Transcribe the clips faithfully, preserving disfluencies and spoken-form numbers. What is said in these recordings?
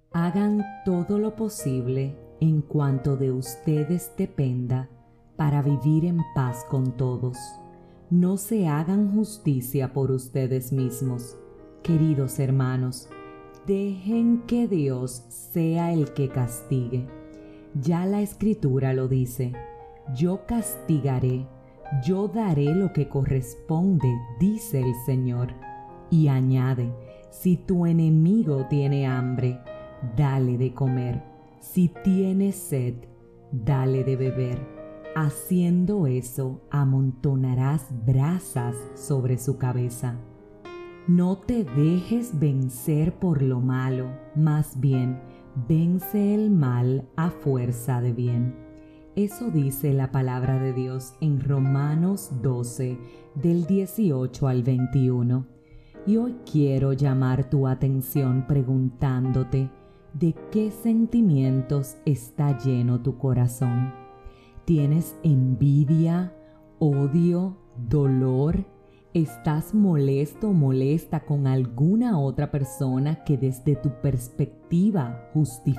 Hagan todo lo posible en cuanto de ustedes dependa para vivir en paz con todos. No se hagan justicia por ustedes mismos. Queridos hermanos, dejen que Dios sea el que castigue. Ya la Escritura lo dice: yo castigaré, yo daré lo que corresponde, dice el Señor. Y añade: si tu enemigo tiene hambre, dale de comer. Si tiene sed, dale de beber. Haciendo eso, amontonarás brasas sobre su cabeza. No te dejes vencer por lo malo, más bien, vence el mal a fuerza de bien. Eso dice la palabra de Dios en Romanos doce, del dieciocho al veintiuno. Y hoy quiero llamar tu atención preguntándote: ¿de qué sentimientos está lleno tu corazón? ¿Tienes envidia, odio, dolor? ¿Estás molesto o molesta con alguna otra persona que desde tu perspectiva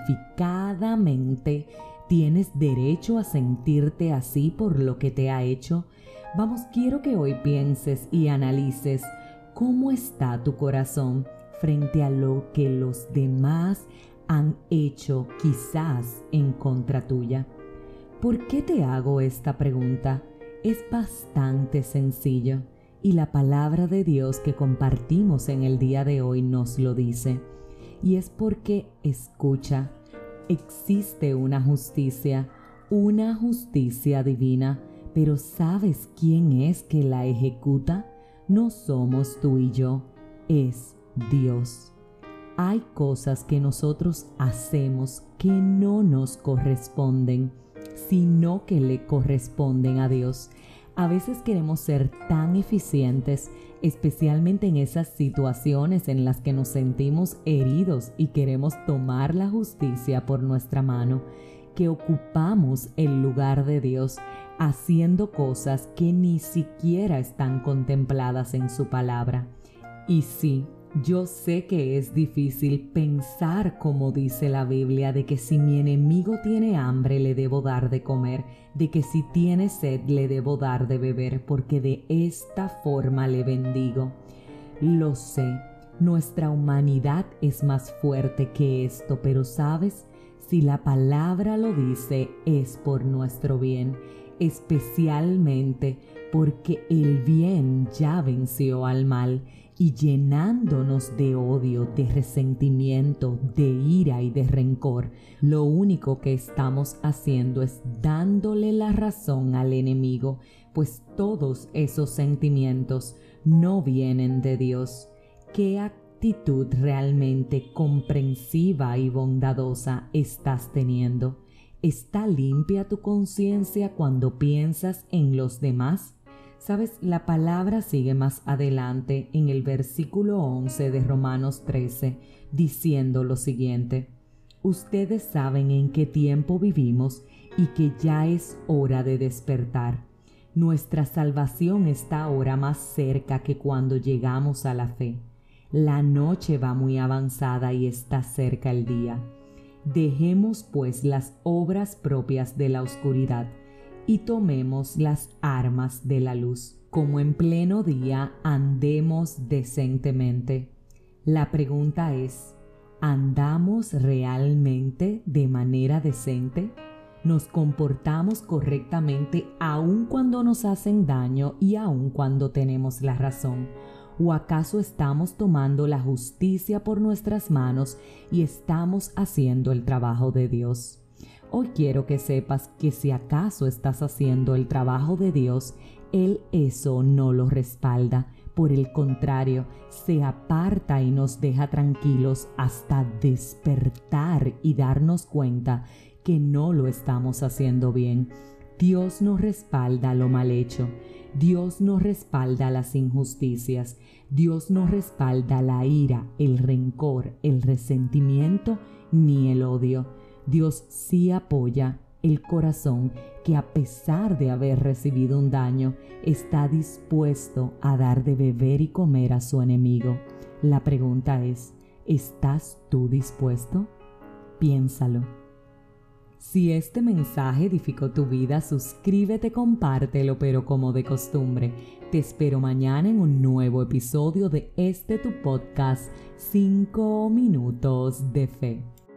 justificadamente tienes derecho a sentirte así por lo que te ha hecho? Vamos, quiero que hoy pienses y analices cómo está tu corazón frente a lo que los demás han hecho quizás en contra tuya. ¿Por qué te hago esta pregunta? Es bastante sencillo y la palabra de Dios que compartimos en el día de hoy nos lo dice. Y es porque, escucha, existe una justicia, una justicia divina, pero ¿sabes quién es que la ejecuta? No somos tú y yo, es Dios. Hay cosas que nosotros hacemos que no nos corresponden, sino que le corresponden a Dios. A veces queremos ser tan eficientes, especialmente en esas situaciones en las que nos sentimos heridos y queremos tomar la justicia por nuestra mano, que ocupamos el lugar de Dios haciendo cosas que ni siquiera están contempladas en su palabra. Y sí, yo sé que es difícil pensar como dice la Biblia, de que si mi enemigo tiene hambre le debo dar de comer, de que si tiene sed le debo dar de beber, porque de esta forma le bendigo. Lo sé, nuestra humanidad es más fuerte que esto, pero ¿sabes? Si la palabra lo dice, es por nuestro bien, especialmente porque el bien ya venció al mal, y llenándonos de odio, de resentimiento, de ira y de rencor, lo único que estamos haciendo es dándole la razón al enemigo, pues todos esos sentimientos no vienen de Dios. ¿Qué actitud realmente comprensiva y bondadosa estás teniendo? ¿Está limpia tu conciencia cuando piensas en los demás? Sabes, la palabra sigue más adelante en el versículo once de Romanos trece, diciendo lo siguiente: ustedes saben en qué tiempo vivimos y que ya es hora de despertar. Nuestra salvación está ahora más cerca que cuando llegamos a la fe. La noche va muy avanzada y está cerca el día. Dejemos pues las obras propias de la oscuridad y tomemos las armas de la luz. Como en pleno día andemos decentemente. La pregunta es: ¿andamos realmente de manera decente? ¿Nos comportamos correctamente aun cuando nos hacen daño y aun cuando tenemos la razón? ¿O acaso estamos tomando la justicia por nuestras manos y estamos haciendo el trabajo de Dios? Hoy quiero que sepas que si acaso estás haciendo el trabajo de Dios, Él eso no lo respalda. Por el contrario, se aparta y nos deja tranquilos hasta despertar y darnos cuenta que no lo estamos haciendo bien. Dios no respalda lo mal hecho. Dios no respalda las injusticias. Dios no respalda la ira, el rencor, el resentimiento ni el odio. Dios sí apoya el corazón que, a pesar de haber recibido un daño, está dispuesto a dar de beber y comer a su enemigo. La pregunta es: ¿estás tú dispuesto? Piénsalo. Si este mensaje edificó tu vida, suscríbete, compártelo, pero como de costumbre, te espero mañana en un nuevo episodio de este tu podcast, cinco minutos de fe.